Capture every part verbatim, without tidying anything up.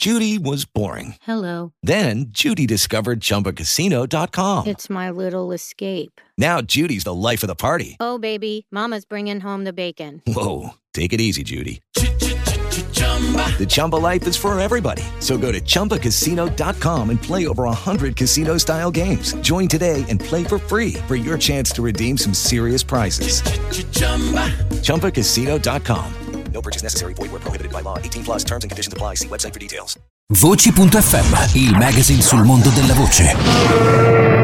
Judy was boring. Hello. Then Judy discovered Chumba Casino dot com. It's my little escape. Now Judy's the life of the party. Oh, baby, mama's bringing home the bacon. Whoa, take it easy, Judy. The Chumba life is for everybody. So go to Chumba Casino dot com and play over one hundred casino-style games. Join today and play for free for your chance to redeem some serious prizes. Chumba Casino dot com. No purchase necessary. Void where prohibited by law. eighteen plus terms and conditions apply. See website for details. Voci punto effe emme, il magazine sul mondo della voce.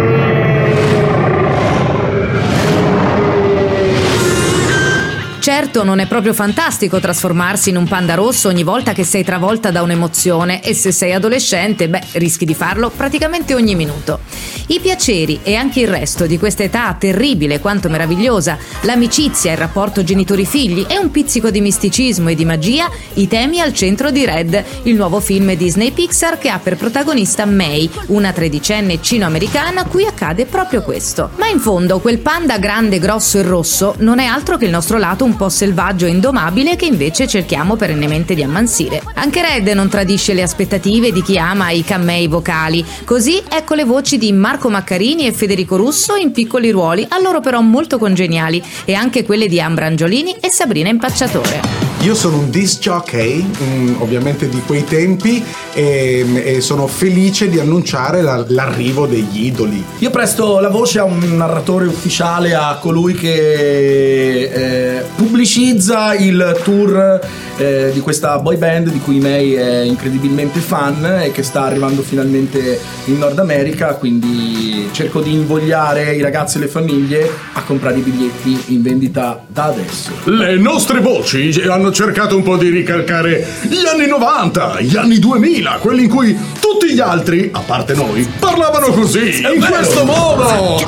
Certo, non è proprio fantastico trasformarsi in un panda rosso ogni volta che sei travolta da un'emozione, e se sei adolescente, beh, rischi di farlo praticamente ogni minuto. I piaceri e anche il resto di questa età terribile quanto meravigliosa, l'amicizia, il rapporto genitori-figli e un pizzico di misticismo e di magia, i temi al centro di Red, il nuovo film Disney Pixar che ha per protagonista May, una tredicenne cino-americana a cui accade proprio questo. Ma in fondo quel panda grande, grosso e rosso non è altro che il nostro lato un po' selvaggio e indomabile che invece cerchiamo perennemente di ammansire. Anche Red non tradisce le aspettative di chi ama i cammei vocali. Così ecco le voci di Marco Maccarini e Federico Russo in piccoli ruoli, a loro però molto congeniali, e anche quelle di Ambra Angiolini e Sabrina Impacciatore. Io sono un disc jockey, mh, ovviamente di quei tempi, e, e sono felice di annunciare la, l'arrivo degli idoli. Io presto la voce a un narratore ufficiale, a colui che eh, pubblicizza il tour eh, di questa boy band di cui May è incredibilmente fan e che sta arrivando finalmente in Nord America, quindi cerco di invogliare i ragazzi e le famiglie a comprare i biglietti in vendita da adesso. Le nostre voci hanno cercato un po' di ricalcare gli anni novanta, gli anni duemila, quelli in cui tutti gli altri, a parte noi, parlavano così, in questo modo.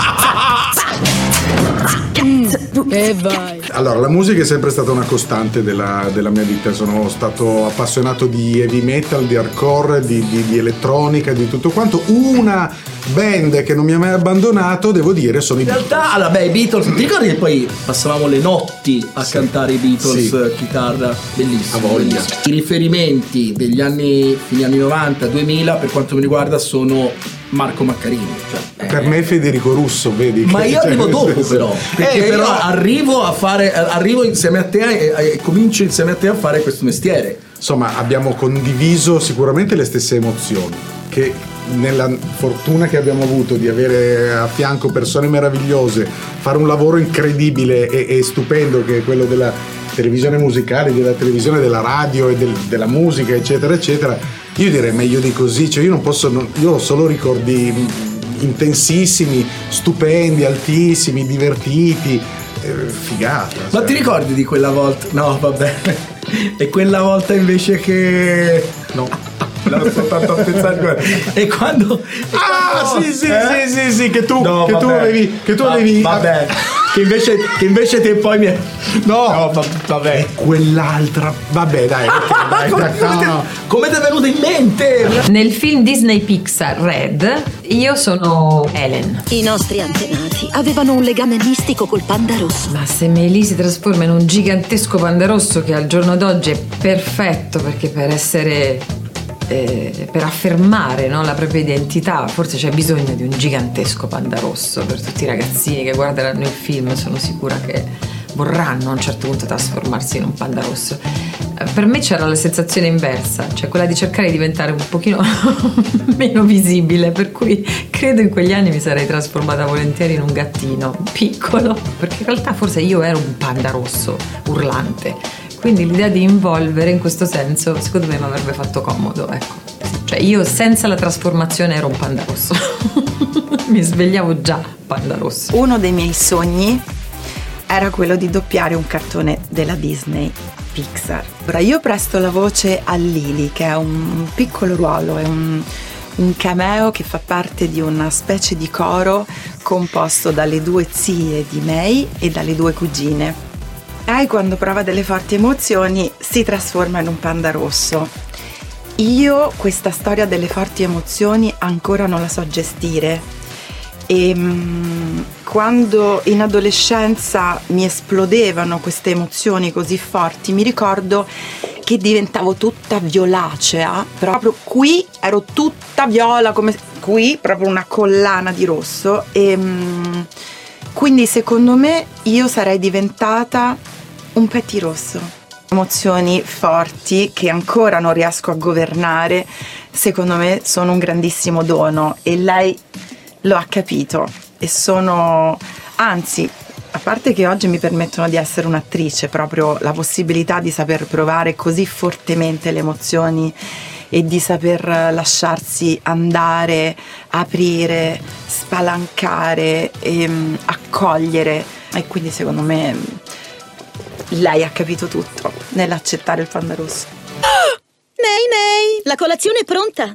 E vai. Allora, la musica è sempre stata una costante della, della mia vita. Sono stato appassionato di heavy metal, di hardcore, di, di, di elettronica, di tutto quanto. Una band che non mi ha mai abbandonato, devo dire, sono i In realtà, allora, beh, i Beatles, ti ricordi che poi passavamo le notti a sì. cantare i Beatles, sì. chitarra, bellissimo. A voglia. I riferimenti degli anni, fine anni novanta, duemila, per quanto mi riguarda, sono Marco Maccarini. Cioè, per eh. me Federico Russo, vedi? Ma che, io arrivo cioè, dopo però, perché eh, però... io arrivo a fare, arrivo insieme a te e, e comincio insieme a te a fare questo mestiere. Insomma, abbiamo condiviso sicuramente le stesse emozioni, che nella fortuna che abbiamo avuto di avere a fianco persone meravigliose, fare un lavoro incredibile e, e stupendo che è quello della televisione musicale, della televisione, della radio e del, della musica, eccetera eccetera. Io direi meglio di così, cioè io non posso, non, io ho solo ricordi intensissimi, stupendi, altissimi, divertiti, eh, figata. Ma cioè. Ti ricordi di quella volta? No, vabbè. E quella volta invece che no. Non sto tanto a pensare. E quando ah quando, sì sì, eh? sì sì sì che tu no, che vabbè. tu avevi che tu Va, avevi vabbè che invece che invece te poi mi è... no, no va, vabbè e quell'altra vabbè dai, okay, dai, come, dai come, no. te, come ti è venuto in mente? Nel film Disney Pixar Red io sono Helen. I nostri antenati avevano un legame mistico col panda rosso. Ma se Meili si trasforma in un gigantesco panda rosso che al giorno d'oggi è perfetto, perché per essere Eh, per affermare, no, la propria identità forse c'è bisogno di un gigantesco panda rosso. Per tutti i ragazzini che guarderanno il film sono sicura che vorranno a un certo punto trasformarsi in un panda rosso. Eh, per me c'era la sensazione inversa, cioè quella di cercare di diventare un pochino meno visibile, per cui credo in quegli anni mi sarei trasformata volentieri in un gattino piccolo, perché in realtà forse io ero un panda rosso urlante. Quindi l'idea di involvere in questo senso secondo me mi avrebbe fatto comodo, ecco. Cioè io senza la trasformazione ero un panda rosso. Mi svegliavo già panda rosso. Uno dei miei sogni era quello di doppiare un cartone della Disney Pixar. Ora io presto la voce a Lily, che è un piccolo ruolo, è un, un cameo che fa parte di una specie di coro composto dalle due zie di May e dalle due cugine. Lei quando prova delle forti emozioni si trasforma in un panda rosso. Io questa storia delle forti emozioni ancora non la so gestire e mh, quando in adolescenza mi esplodevano queste emozioni così forti mi ricordo che diventavo tutta violacea, proprio qui ero tutta viola, come qui proprio una collana di rosso, e mh, quindi secondo me io sarei diventata un pettirosso. Emozioni forti che ancora non riesco a governare, secondo me sono un grandissimo dono, e lei lo ha capito, e sono, anzi, a parte che oggi mi permettono di essere un'attrice, proprio la possibilità di saper provare così fortemente le emozioni e di saper lasciarsi andare, aprire, spalancare e um, accogliere, e quindi secondo me lei ha capito tutto nell'accettare il panda rosso. Nei nei, la colazione è pronta.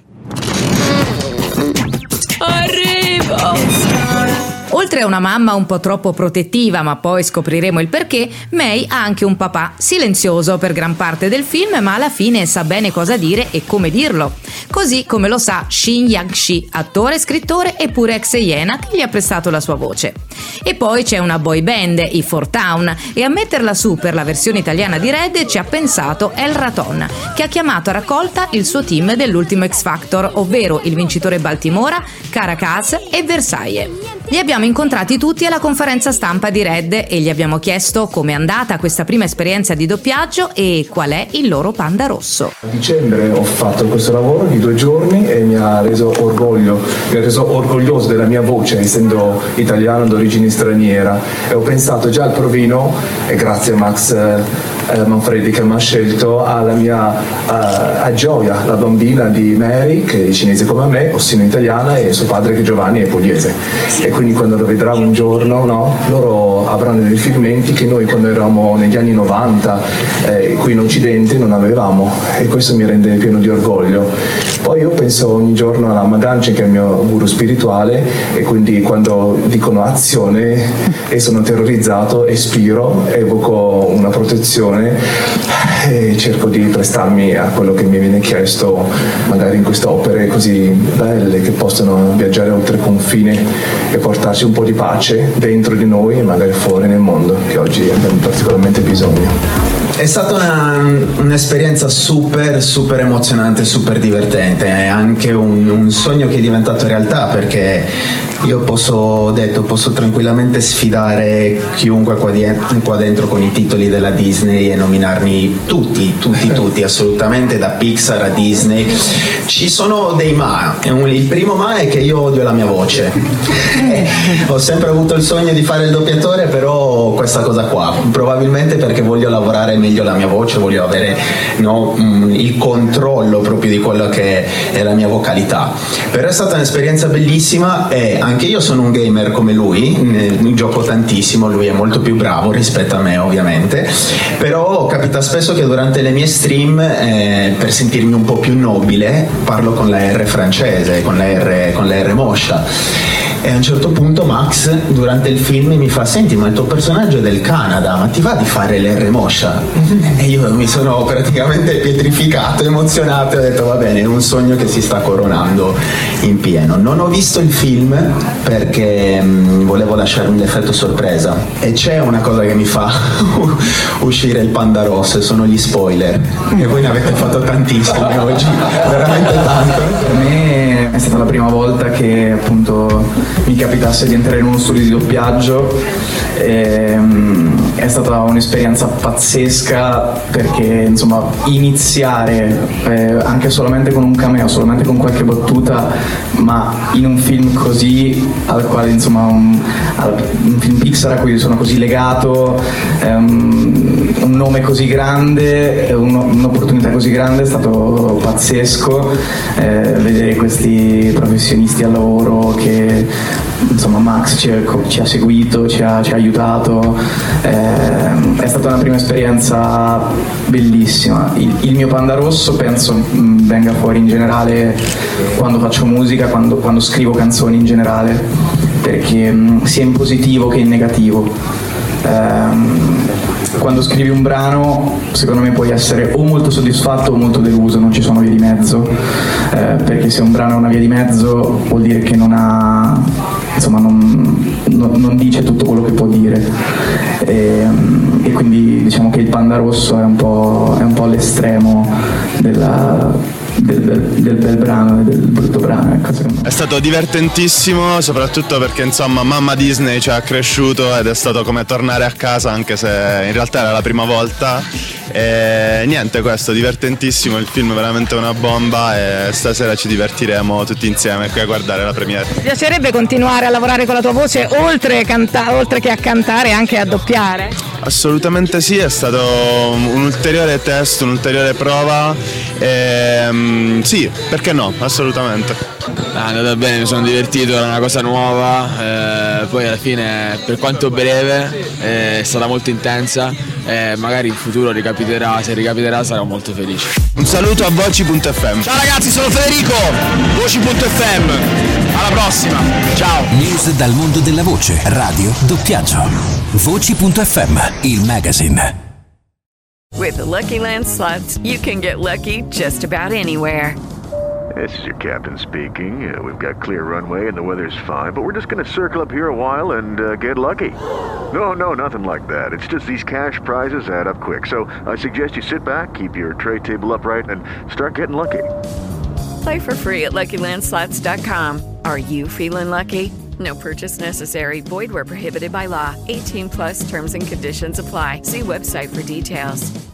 Arrivo! Oltre a una mamma un po' troppo protettiva, ma poi scopriremo il perché, May ha anche un papà silenzioso per gran parte del film, ma alla fine sa bene cosa dire e come dirlo. Così come lo sa Shin Yang-shi, attore, scrittore e pure ex Iena, che gli ha prestato la sua voce. E poi c'è una boy band, i Four Town, e a metterla su per la versione italiana di Red ci ha pensato El Raton, che ha chiamato a raccolta il suo team dell'ultimo X Factor, ovvero il vincitore Baltimora, Caracas e Versailles. Li abbiamo incontrati tutti alla conferenza stampa di Red e gli abbiamo chiesto com'è andata questa prima esperienza di doppiaggio e qual è il loro panda rosso. A dicembre ho fatto questo lavoro di due giorni e mi ha reso orgoglio, mi ha reso orgoglioso della mia voce, essendo italiano d'origine straniera, e ho pensato già al provino, e grazie a Max eh, Manfredi che mi ha scelto, alla mia uh, a Gioia, la bambina di Mary, che è cinese come me, ossino italiana, e suo padre che Giovanni è pugliese. E quindi quando lo vedrà un giorno, no, loro avranno dei filmenti che noi quando eravamo negli anni novanta eh, qui in Occidente non avevamo, e questo mi rende pieno di orgoglio. Poi io penso ogni giorno alla Maganci, che è il mio guru spirituale, e quindi quando dicono azione e sono terrorizzato, espiro, evoco una protezione e cerco di prestarmi a quello che mi viene chiesto, magari in queste opere così belle che possono viaggiare oltre confine e portarci un po' di pace dentro di noi e magari fuori nel mondo, che oggi abbiamo particolarmente bisogno. È stata una, un'esperienza super super emozionante, super divertente, è anche un, un sogno che è diventato realtà, perché io posso, ho detto, posso tranquillamente sfidare chiunque qua, di, qua dentro con i titoli della Disney e nominarmi tutti, tutti, tutti, assolutamente, da Pixar a Disney. Ci sono dei ma, il primo ma è che io odio la mia voce. Eh, ho sempre avuto il sogno di fare il doppiatore, però questa cosa qua, probabilmente perché voglio lavorare meglio la mia voce, voglio avere, no, il controllo proprio di quello che è la mia vocalità. Però è stata un'esperienza bellissima, e anche io sono un gamer come lui, ne gioco tantissimo, lui è molto più bravo rispetto a me ovviamente, però capita spesso che durante le mie stream, eh, per sentirmi un po' più nobile, parlo con la R francese, con la R, con la R moscia. E a un certo punto Max durante il film mi fa: senti, ma il tuo personaggio è del Canada, ma ti va di fare l'R moscia? E io mi sono praticamente pietrificato, emozionato, e ho detto va bene, è un sogno che si sta coronando in pieno. Non ho visto il film perché mh, volevo lasciarmi l'effetto sorpresa, e c'è una cosa che mi fa uscire il panda rosso, e sono gli spoiler, e voi ne avete fatto tantissimi oggi, veramente tanto. Per me è stata la prima volta che appunto mi capitasse di entrare in uno studio di doppiaggio, e, um, è stata un'esperienza pazzesca, perché insomma iniziare eh, anche solamente con un cameo, solamente con qualche battuta, ma in un film così, al quale insomma un, un film Pixar a cui sono così legato, um, un nome così grande, un, un'opportunità così grande, è stato pazzesco eh, vedere questi professionisti al lavoro, che insomma Max ci, ci ha seguito, ci ha, ci ha aiutato, eh, è stata una prima esperienza bellissima. Il, il mio panda rosso penso mh, venga fuori in generale quando faccio musica, quando, quando scrivo canzoni in generale, perché mh, sia in positivo che in negativo. Eh, quando scrivi un brano, secondo me puoi essere o molto soddisfatto o molto deluso, non ci sono vie di mezzo. eh, perché se un brano ha una via di mezzo vuol dire che non ha, insomma, non, non, non dice tutto quello che può dire, e, e quindi diciamo che il Panda Rosso è un po', è un po' l'estremo della Del, del, del bel brano e del brutto brano, ecco, secondo me. È stato divertentissimo, soprattutto perché insomma mamma Disney ci ha cresciuto ed è stato come tornare a casa, anche se in realtà era la prima volta. E niente, questo divertentissimo, il film è veramente una bomba e stasera ci divertiremo tutti insieme qui a guardare la premiere. Ti piacerebbe continuare a lavorare con la tua voce oltre, canta- oltre che a cantare, anche a doppiare? Assolutamente sì, è stato un ulteriore test, un'ulteriore prova e, um, sì, perché no, assolutamente. È andata bene, mi sono divertito, era una cosa nuova, eh, poi alla fine per quanto breve è stata molto intensa e magari in futuro ricapiterà, se ricapiterà sarò molto felice. Un saluto a Voci punto effe emme. Ciao ragazzi, sono Federico, Voci punto effe emme, alla prossima, ciao. News dal mondo della voce, radio, doppiaggio. Voci punto effe emme, il magazine. With the Lucky Land Slots, you can get lucky just about anywhere. This is your captain speaking. Uh, we've got clear runway and the weather's fine, but we're just going to circle up here a while and uh, get lucky. No, no, nothing like that. It's just these cash prizes add up quick. So I suggest you sit back, keep your tray table upright, and start getting lucky. Play for free at Lucky Land Slots dot com. Are you feeling lucky? No purchase necessary. Void where prohibited by law. eighteen plus terms and conditions apply. See website for details.